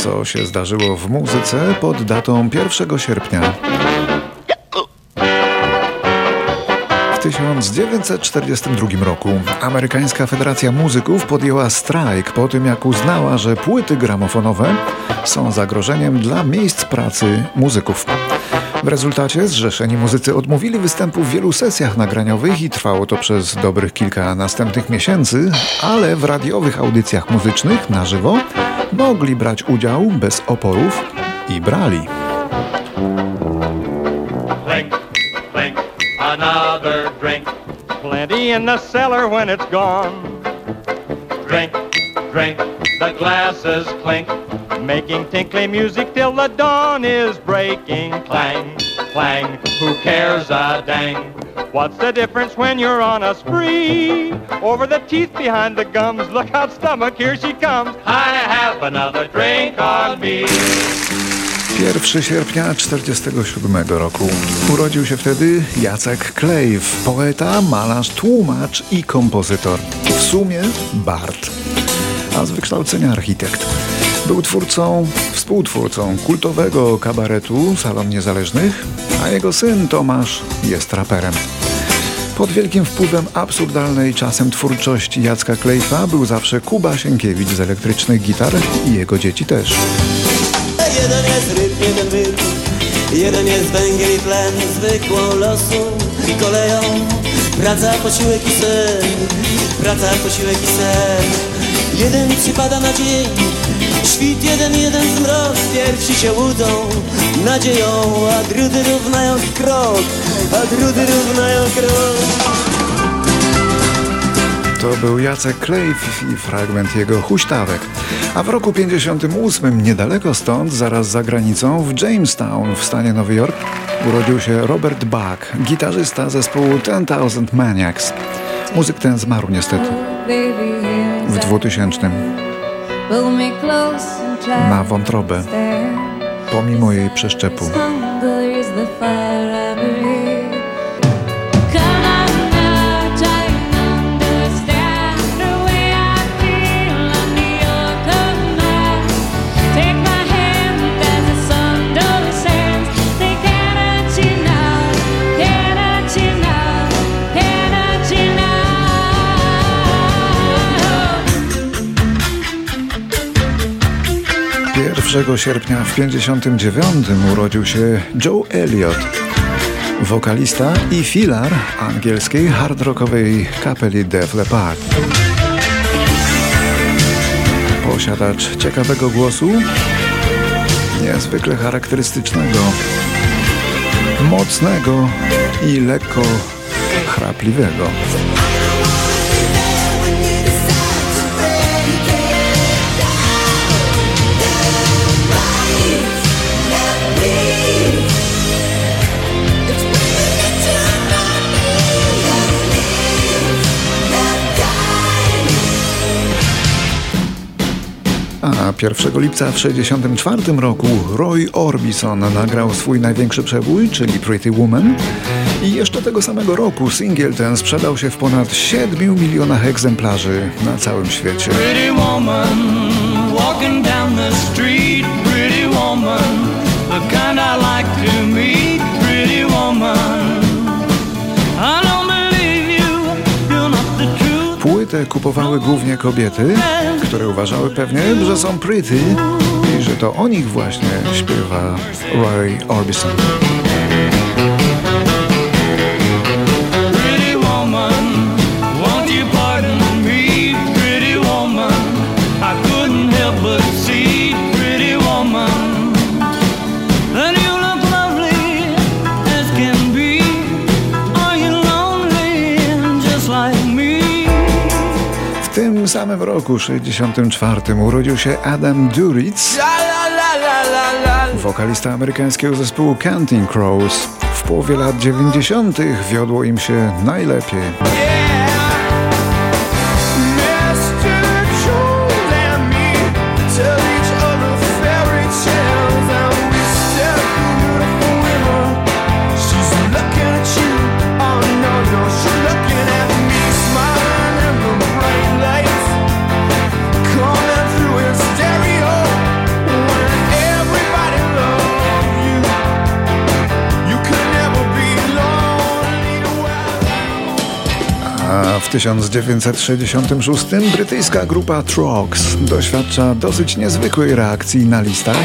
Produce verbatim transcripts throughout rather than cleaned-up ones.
co się zdarzyło w muzyce pod datą pierwszego sierpnia. W tysiąc dziewięćset czterdziestym drugim roku Amerykańska Federacja Muzyków podjęła strajk po tym, jak uznała, że płyty gramofonowe są zagrożeniem dla miejsc pracy muzyków. W rezultacie zrzeszeni muzycy odmówili występu w wielu sesjach nagraniowych i trwało to przez dobrych kilka następnych miesięcy, ale w radiowych audycjach muzycznych na żywo mogli brać udział bez oporów i brali. Clink, clink, another drink. Plenty in the cellar when it's gone. Drink, drink, the glasses clink. Making tinkly music till the dawn is breaking. Clang, clang, who cares a dang? What's the difference when you're on a spree? Over the teeth behind the gums, look out stomach, here she comes. I have another drink on me. pierwszego sierpnia czterdziestego siódmego roku urodził się wtedy Jacek Klejf, poeta, malarz, tłumacz i kompozytor. W sumie bard, a z wykształcenia architekt. Był twórcą, współtwórcą kultowego kabaretu Salon Niezależnych, a jego syn Tomasz jest raperem. Pod wielkim wpływem absurdalnej czasem twórczości Jacka Klejfa był zawsze Kuba Sienkiewicz z Elektrycznych Gitar i jego dzieci też. Jeden jest rytm, jeden rytm, jeden jest węgiel i tlen, zwykłą losu i koleją. Praca, posiłek i sen, praca, posiłek i sen. Jeden przypada na dzień, świt jeden, jeden zmrok. Pierwsi się łudzą nadzieją, a drudy równają krok, a drudy równają krok. To był Jacek Klejf i fragment jego Huśtawek. A w roku pięćdziesiątym ósmym, niedaleko stąd, zaraz za granicą, w Jamestown w stanie Nowy Jork, urodził się Robert Buck, gitarzysta zespołu Ten Thousand Maniacs. Muzyk ten zmarł niestety w dwutysięcznym na wątrobę, pomimo jej przeszczepu. pierwszego sierpnia w pięćdziesiątym dziewiątym urodził się Joe Elliott, wokalista i filar angielskiej hard rockowej kapeli Def Leppard. Posiadacz ciekawego głosu, niezwykle charakterystycznego, mocnego i lekko chrapliwego. A pierwszego lipca w sześćdziesiątym czwartym roku Roy Orbison nagrał swój największy przebój, czyli Pretty Woman. I jeszcze tego samego roku singiel ten sprzedał się w ponad siedmiu milionach egzemplarzy na całym świecie. Pretty woman, walking down the street, pretty woman, the kind I like to meet, pretty woman. I don't believe you, you're not the truth. Płytę kupowały głównie kobiety, które uważały pewnie, że są pretty i że to o nich właśnie śpiewa Roy Orbison. W tym samym roku, sześćdziesiątym czwartym, urodził się Adam Duritz, wokalista amerykańskiego zespołu Counting Crows. W połowie lat dziewięćdziesiątych wiodło im się najlepiej. tysiąc dziewięćset sześćdziesiątym szóstym brytyjska grupa Troggs doświadcza dosyć niezwykłej reakcji na listach.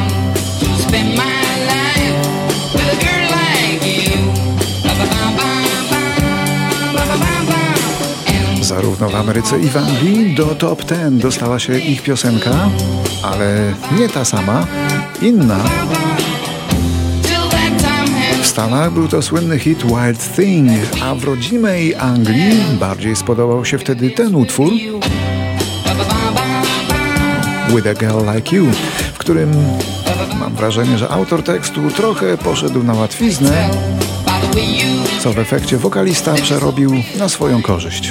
Zarówno w Ameryce i w Anglii do top dziesięć dostała się ich piosenka, ale nie ta sama, inna. W Stanach był to słynny hit Wild Thing, a w rodzimej Anglii bardziej spodobał się wtedy ten utwór With a Girl Like You, w którym mam wrażenie, że autor tekstu trochę poszedł na łatwiznę, co w efekcie wokalista przerobił na swoją korzyść.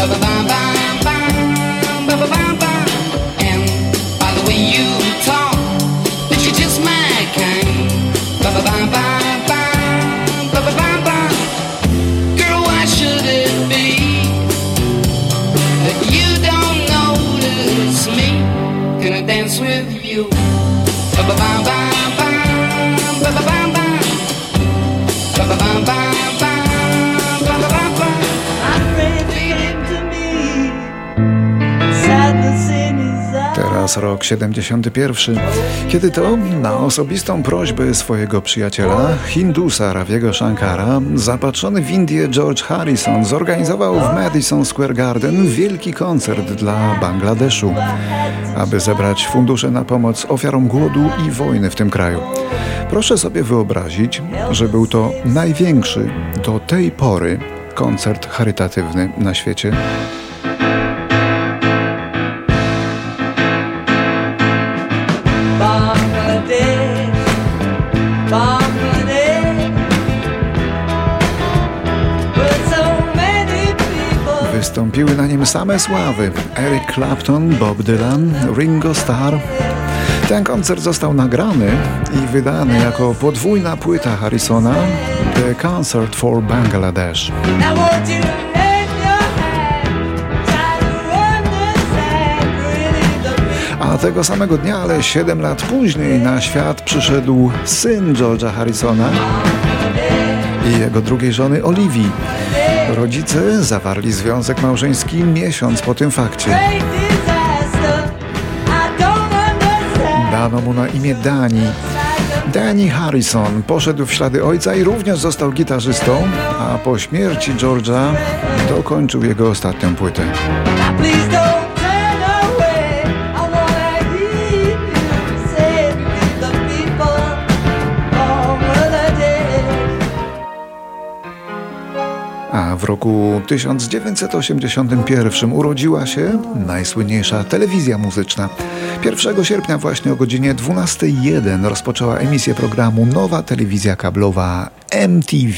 Teraz rok siedemdziesiąty pierwszy, kiedy to na osobistą prośbę swojego przyjaciela, Hindusa Raviego Shankara, zapatrzony w Indię George Harrison zorganizował w Madison Square Garden wielki koncert dla Bangladeszu, aby zebrać fundusze na pomoc ofiarom głodu i wojny w tym kraju. Proszę sobie wyobrazić, że był to największy do tej pory koncert charytatywny na świecie. Wystąpiły na nim same sławy: Eric Clapton, Bob Dylan, Ringo Starr. Ten koncert został nagrany i wydany jako podwójna płyta Harrisona, The Concert for Bangladesh. A tego samego dnia, ale siedem lat później, na świat przyszedł syn George'a Harrisona i jego drugiej żony Olivii. Rodzice zawarli związek małżeński miesiąc po tym fakcie. Dano mu na imię Danny. Danny Harrison poszedł w ślady ojca i również został gitarzystą, a po śmierci George'a dokończył jego ostatnią płytę. A w roku tysiąc dziewięćset osiemdziesiątym pierwszym urodziła się najsłynniejsza telewizja muzyczna. pierwszego sierpnia właśnie o godzinie dwunasta jeden rozpoczęła emisję programu nowa telewizja kablowa M T V.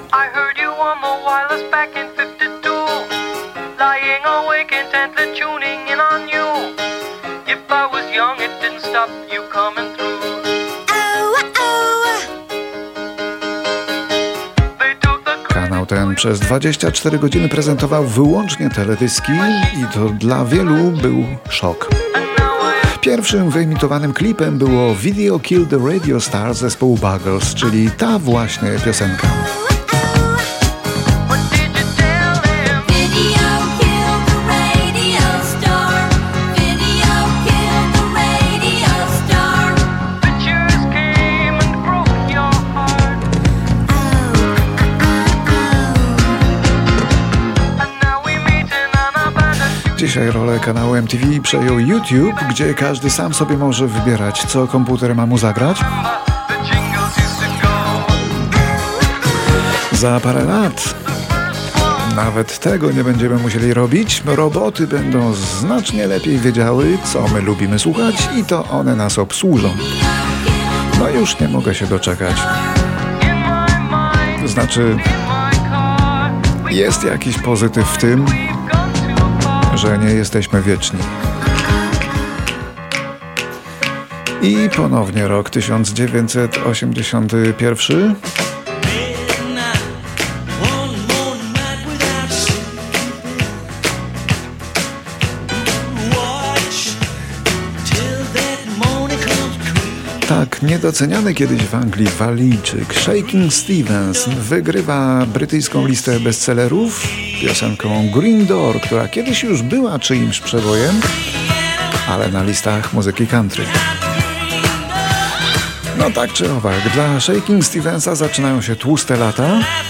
Kanał ten przez dwadzieścia cztery godziny prezentował wyłącznie teledyski i to dla wielu był szok. Pierwszym wyemitowanym klipem było Video Kill the Radio Star zespołu Buggles, czyli ta właśnie piosenka. Dzisiaj rolę kanału M T V przejął YouTube, gdzie każdy sam sobie może wybierać, co komputer ma mu zagrać. Za parę lat nawet tego nie będziemy musieli robić. Roboty będą znacznie lepiej wiedziały, co my lubimy słuchać, i to one nas obsłużą. No już nie mogę się doczekać. Znaczy, jest jakiś pozytyw w tym, że nie jesteśmy wieczni. I ponownie rok tysiąc dziewięćset osiemdziesiąty pierwszy. Tak, niedoceniany kiedyś w Anglii Walijczyk Shaking Stevens wygrywa brytyjską listę bestsellerów piosenką Green Door, która kiedyś już była czyimś przebojem, ale na listach muzyki country. No tak czy owak, dla Shaking Stevensa zaczynają się tłuste lata.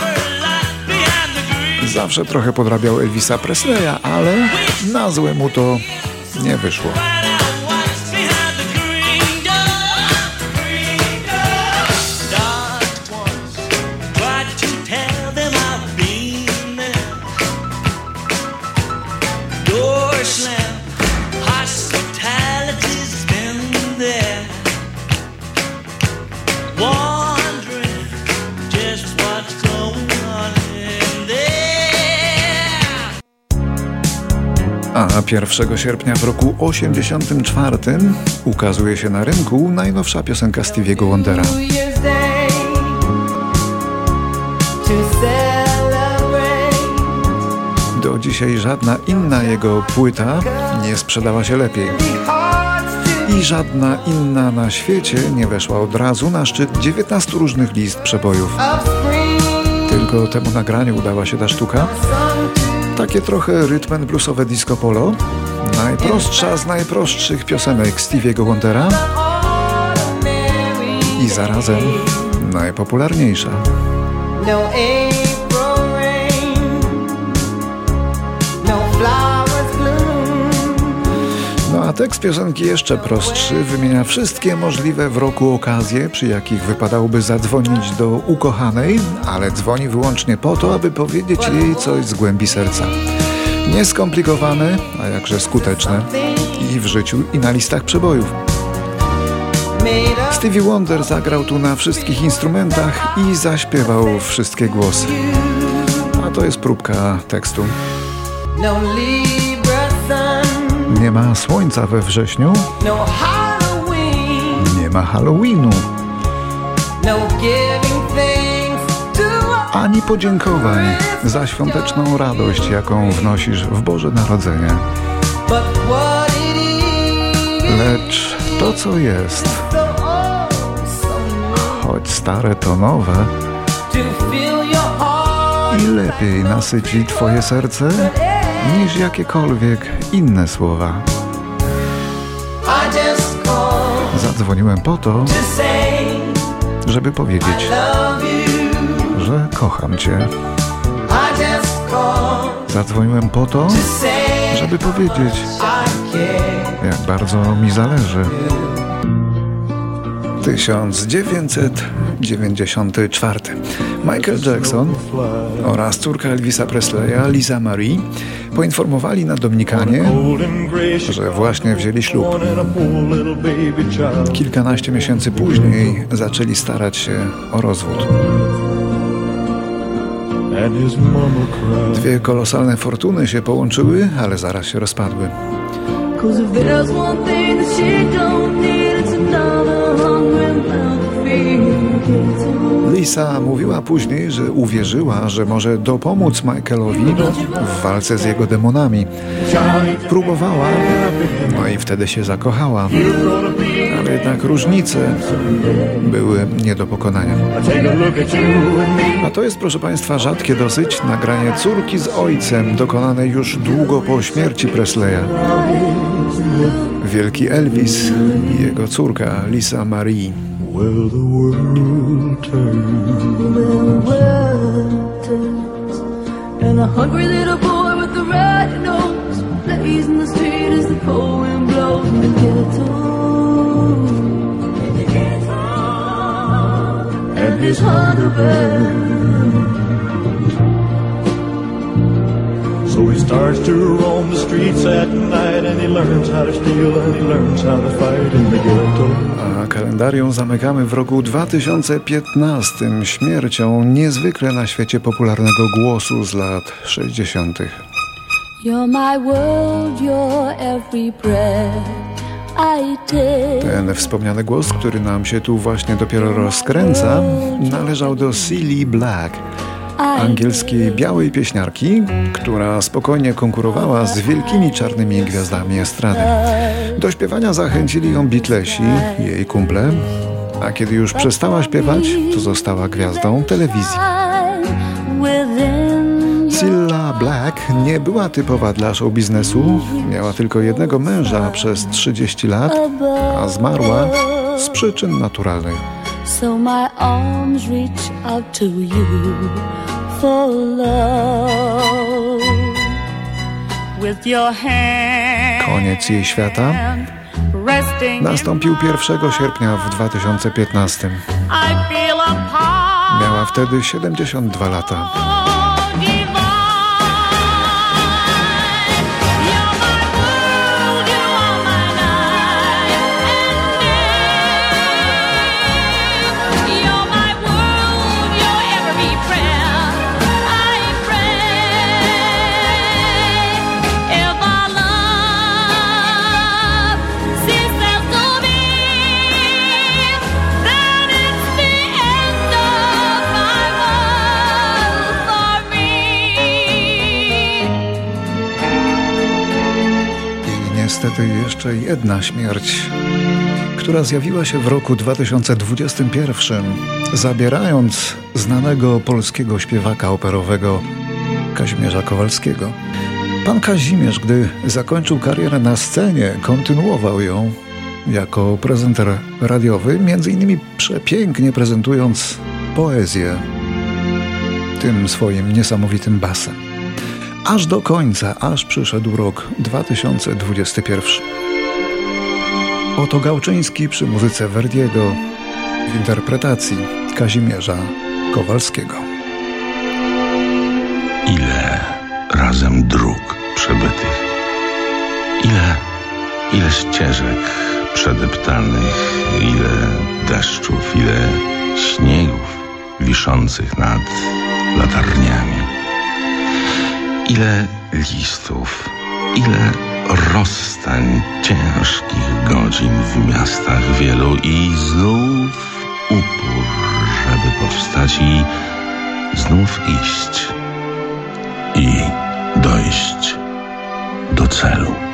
Zawsze trochę podrabiał Elvisa Presleya, ale na złe mu to nie wyszło. A pierwszego sierpnia w roku osiemdziesiątym czwartym ukazuje się na rynku najnowsza piosenka Stevie'ego Wondera. Do dzisiaj żadna inna jego płyta nie sprzedała się lepiej. I żadna inna na świecie nie weszła od razu na szczyt dziewiętnastu różnych list przebojów. Tylko temu nagraniu udała się ta sztuka. Takie trochę rytm and bluesowe disco polo. Najprostsza z najprostszych piosenek Stevie'ego Wondera i zarazem najpopularniejsza. No a tekst piosenki jeszcze prostszy, wymienia wszystkie możliwe w roku okazje, przy jakich wypadałoby zadzwonić do ukochanej, ale dzwoni wyłącznie po to, aby powiedzieć jej coś z głębi serca. Nieskomplikowane, a jakże skuteczne i w życiu, i na listach przebojów. Stevie Wonder zagrał tu na wszystkich instrumentach i zaśpiewał wszystkie głosy. A to jest próbka tekstu. Nie ma słońca we wrześniu, nie ma Halloweenu, ani podziękowań za świąteczną radość, jaką wnosisz w Boże Narodzenie. Lecz to, co jest, choć stare to nowe, i lepiej nasyci Twoje serce niż jakiekolwiek inne słowa. Zadzwoniłem po to, żeby powiedzieć, że kocham Cię. Zadzwoniłem po to, żeby powiedzieć, jak bardzo mi zależy. tysiąc dziewięćset dziewięćdziesiąty czwarty. Michael Jackson oraz córka Elvisa Presleya, Lisa Marie, poinformowali na Dominikanie, że właśnie wzięli ślub. Kilkanaście miesięcy później zaczęli starać się o rozwód. Dwie kolosalne fortuny się połączyły, ale zaraz się rozpadły. Lisa mówiła później, że uwierzyła, że może dopomóc Michaelowi w walce z jego demonami. Próbowała, no i wtedy się zakochała. Ale jednak różnice były nie do pokonania. A to jest, proszę Państwa, rzadkie dosyć nagranie córki z ojcem, dokonane już długo po śmierci Presleya. Wielki Elvis i jego córka Lisa Marie. Will the world turn? Will the world turns? And a hungry little boy with a red nose plays in the street as the cold wind blows in the ghetto. In the ghetto. And his hunger burns. So he starts to roam the streets at night and he learns how to steal and he learns how to fight in the ghetto. A kalendarium zamykamy w roku dwa tysiące piętnastym śmiercią niezwykle na świecie popularnego głosu z lat sześćdziesiątych. You're my world, you're every breath I take. Ten wspomniany głos, który nam się tu właśnie dopiero rozkręca, należał do Cee Black. angielskiej białej pieśniarki, która spokojnie konkurowała z wielkimi czarnymi gwiazdami estrady. Do śpiewania zachęcili ją Beatlesi, jej kumple, a kiedy już przestała śpiewać, to została gwiazdą telewizji. Cilla Black nie była typowa dla show biznesu, miała tylko jednego męża przez trzydzieści lat, a zmarła z przyczyn naturalnych. So my arms reach out to you for love. With your hand. Koniec jej świata nastąpił pierwszego sierpnia w dwa tysiące piętnastym. Miała wtedy siedemdziesiąt dwa lata. Niestety jeszcze jedna śmierć, która zjawiła się w roku dwa tysiące dwudziestym pierwszym, zabierając znanego polskiego śpiewaka operowego Kazimierza Kowalskiego. Pan Kazimierz, gdy zakończył karierę na scenie, kontynuował ją jako prezenter radiowy, między innymi przepięknie prezentując poezję tym swoim niesamowitym basem. Aż do końca, aż przyszedł rok dwa tysiące dwudziesty pierwszy. Oto Gałczyński przy muzyce Verdiego w interpretacji Kazimierza Kowalskiego. Ile razem dróg przebytych, ile, ile ścieżek przedeptanych, ile deszczów, ile śniegów wiszących nad latarniami. Ile listów, ile rozstań ciężkich godzin w miastach wielu i znów upór, żeby powstać i znów iść i dojść do celu.